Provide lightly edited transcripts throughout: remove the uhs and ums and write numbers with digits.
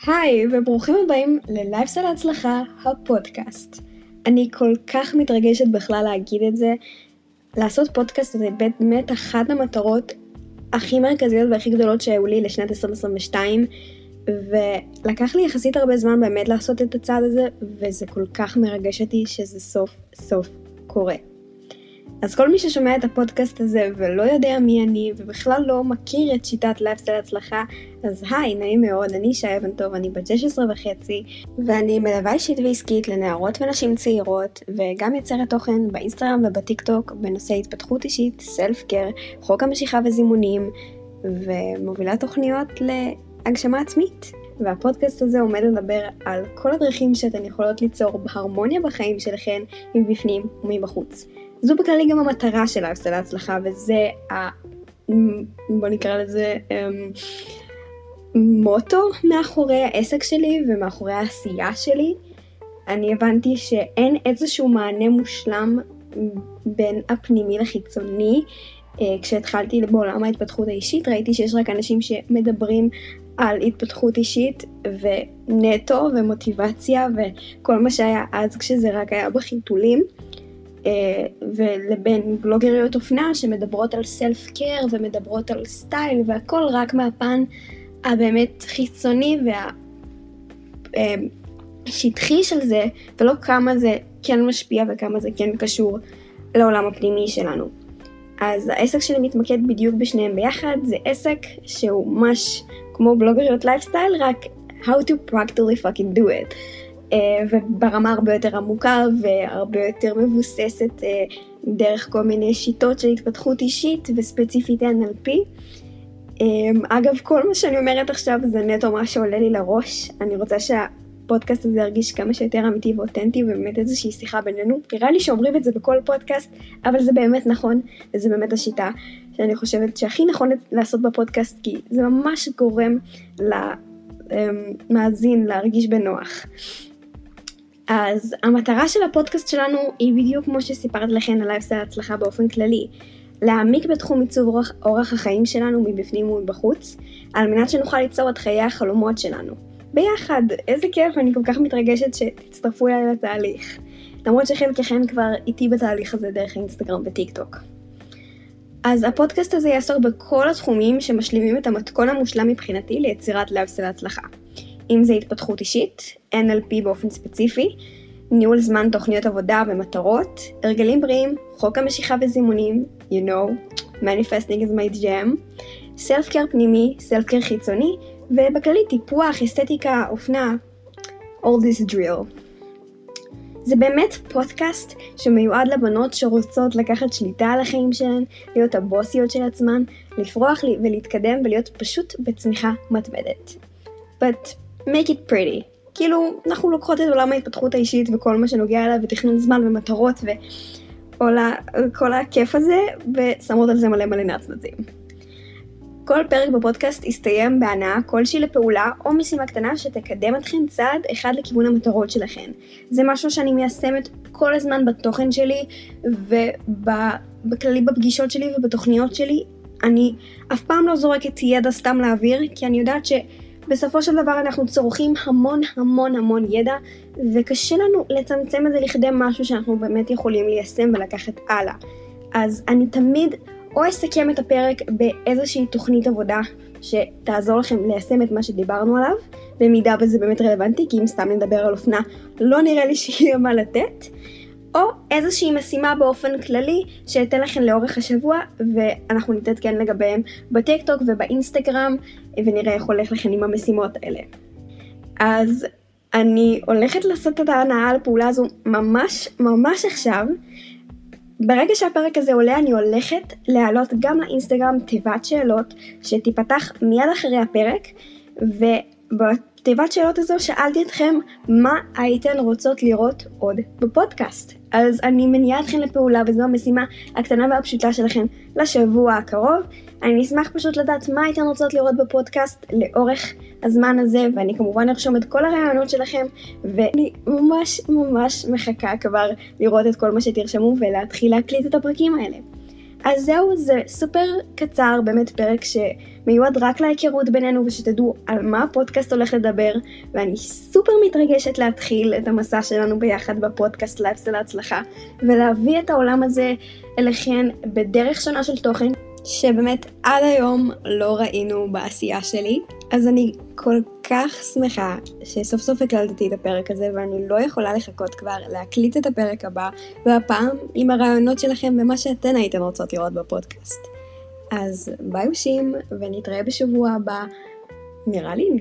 היי וברוכים הבאים ללייפסטייל ההצלחה, הפודקאסט. אני כל כך מתרגשת בכלל להגיד את זה. לעשות פודקאסט זה באמת אחת המטרות הכי מרכזיות והכי גדולות שהיו לי לשנת 2022, ולקח לי יחסית הרבה זמן באמת לעשות את הצעד הזה, וזה כל כך מרגש אותי שזה סוף סוף קורה. אז כל מי ששומע את הפודקאסט הזה ולא יודע מי אני ובכלל לא מכיר את שיטת לייפסטייל הצלחה, אז היי, נעים מאוד, אני שי אבן טוב, אני בת 16 וחצי, ואני מלווה אישית ועסקית לנערות ונשים צעירות, וגם יוצרת תוכן באינסטגרם ובטיקטוק בנושא התפתחות אישית, סלף קר, חוק המשיכה וזימונים, ומובילה תוכניות להגשמה עצמית. והפודקאסט הזה עומד לדבר על כל הדרכים שאתן יכולות ליצור בהרמוניה בחיים שלכן, מבפנים ומבחוץ. זו בכללי גם המטרה של לייפסטייל ההצלחה, וזה בוא נקרא לזה מוטו מאחורי העסק שלי ומאחורי העשייה שלי. אני הבנתי שאין איזשהו מענה מושלם בין הפנימי לחיצוני. כשהתחלתי בעולם ההתפתחות האישית ראיתי שיש רק אנשים שמדברים על התפתחות אישית ונטו ומוטיבציה וכל מה שהיה אז כשזה רק היה בחיתולים, ולבין בלוגריות אופנה שמדברות על סלף קר ומדברות על סטייל, והכל רק מהפן הבאמת חיצוני והשטחי של זה, ולא כמה זה כן משפיע וכמה זה כן קשור לעולם הפנימי שלנו. אז העסק שלי מתמקד בדיוק בשניהם ביחד. זה עסק שהוא ממש כמו בלוגריות לייפסטייל, רק how to practically fucking do it. וברמה הרבה יותר עמוקה והרבה יותר מבוססת דרך כל מיני שיטות של התפתחות אישית וספציפית NLP. אגב, כל מה שאני אומרת עכשיו זה נטו מה שעולה לי לראש. אני רוצה שהפודקאסט הזה ירגיש כמה שיותר אמיתי ואותנטי, ובאמת איזושהי שיחה בינינו. נראה לי שאומרים את זה בכל פודקאסט, אבל זה באמת נכון, וזה באמת השיטה שאני חושבת שהכי נכון לעשות בפודקאסט, כי זה ממש גורם למאזין להרגיש בנוח. אז המטרה של הפודקאסט שלנו היא בדיוק כמו שסיפרת לכן על לייפסטייל ההצלחה באופן כללי, להעמיק בתחום עיצוב אורח החיים שלנו מבפנים ומבחוץ, על מנת שנוכל ליצור את חיי החלומות שלנו. ביחד, איזה כיף, אני כל כך מתרגשת שתצטרפו אליי לתהליך. למרות שחלקכן כבר איתי בתהליך הזה דרך האינסטגרם וטיקטוק. אז הפודקאסט הזה יעסוק בכל התחומים שמשלימים את המתכון המושלם מבחינתי ליצירת לייפסטייל ההצלחה. אם זה התפתחות אישית, NLP באופן ספציפי, ניהול זמן תוכניות עבודה ומטרות, הרגלים בריאים, חוק המשיכה וזימונים, you know, manifesting is my jam, סלף קר פנימי, סלף קר חיצוני, ובכללי טיפוח, אסתטיקה, אופנה, all this drill. זה באמת פודקאסט שמיועד לבנות שרוצות לקחת שליטה על החיים שלהן, להיות הבוסיות של עצמן, לפרוח ולהתקדם ולהיות פשוט בצמיחה מתמדת. But make it pretty. כאילו, אנחנו לוקחות את עולם ההתפתחות האישית וכל מה שנוגע אליו ותכנון זמן ומטרות וכל הכיף הזה, ושמות על זה מלא נצנצים. כל פרק בפודקאסט יסתיים בהנאה כלשהי לפעולה או משימה קטנה שתקדם אתכן צעד אחד לכיוון המטרות שלכן. זה משהו שאני מיישמת כל הזמן בתוכן שלי ובכללי בפגישות שלי ובתוכניות שלי. אני אף פעם לא זורקת ידע סתם לאוויר, כי אני יודעת שבסופו של דבר אנחנו צורכים המון ידע, וקשה לנו לצמצם את זה לכדי משהו שאנחנו באמת יכולים ליישם ולקחת הלאה. אז אני תמיד או אסכם את הפרק באיזושהי תוכנית עבודה שתעזור לכם ליישם את מה שדיברנו עליו, במידה וזה באמת רלוונטי, כי אם סתם נדבר על אופנה לא נראה לי שיהיה מה לתת, או איזושהי משימה באופן כללי שאתן לכם לאורך השבוע, ואנחנו נתעדכן לגביהם בטיקטוק ובאינסטגרם, ונראה איך הולך לכם עם המשימות האלה. אז אני הולכת לעשות את ההנאה על הפעולה הזו ממש עכשיו. ברגע שהפרק הזה עולה אני הולכת להעלות גם לאינסטגרם תיבת שאלות שתיפתח מיד אחרי הפרק, ובתיבת שאלות הזו שאלתי אתכם מה הייתן רוצות לראות עוד בפודקאסט. אז אני מניעה אתכם לפעולה, וזו המשימה הקטנה והפשוטה שלכם לשבוע הקרוב. אני אשמח פשוט לדעת מה הייתן רוצות לראות בפודקאסט לאורך הזמן הזה, ואני כמובן ארשום את כל הרעיונות שלכם, ואני ממש מחכה כבר לראות את כל מה שתרשמו ולהתחיל להקליט את הפרקים האלה. אז זהו, זה סופר קצר, באמת פרק שמיועד רק להיכרות בינינו, ושתדעו על מה הפודקאסט הולך לדבר, ואני סופר מתרגשת להתחיל את המסע שלנו ביחד בפודקאסט לייפסטייל ההצלחה, ולהביא את העולם הזה אליכן בדרך שונה של תוכן, שבאמת עד היום לא ראינו בעשייה שלי. אז אני כל כך שמחה שסוף סוף הקלטתי את הפרק הזה, ואני לא יכולה לחכות כבר להקליט את הפרק הבא, והפעם עם הרעיונות שלכם ומה שאתן הייתן רוצות לראות בפודקאסט. אז ביי אושים, ונתראה בשבוע הבא. נראה לי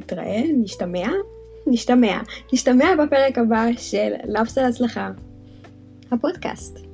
נשתמע בפרק הבא של לייפסטייל ההצלחה, הפודקאסט.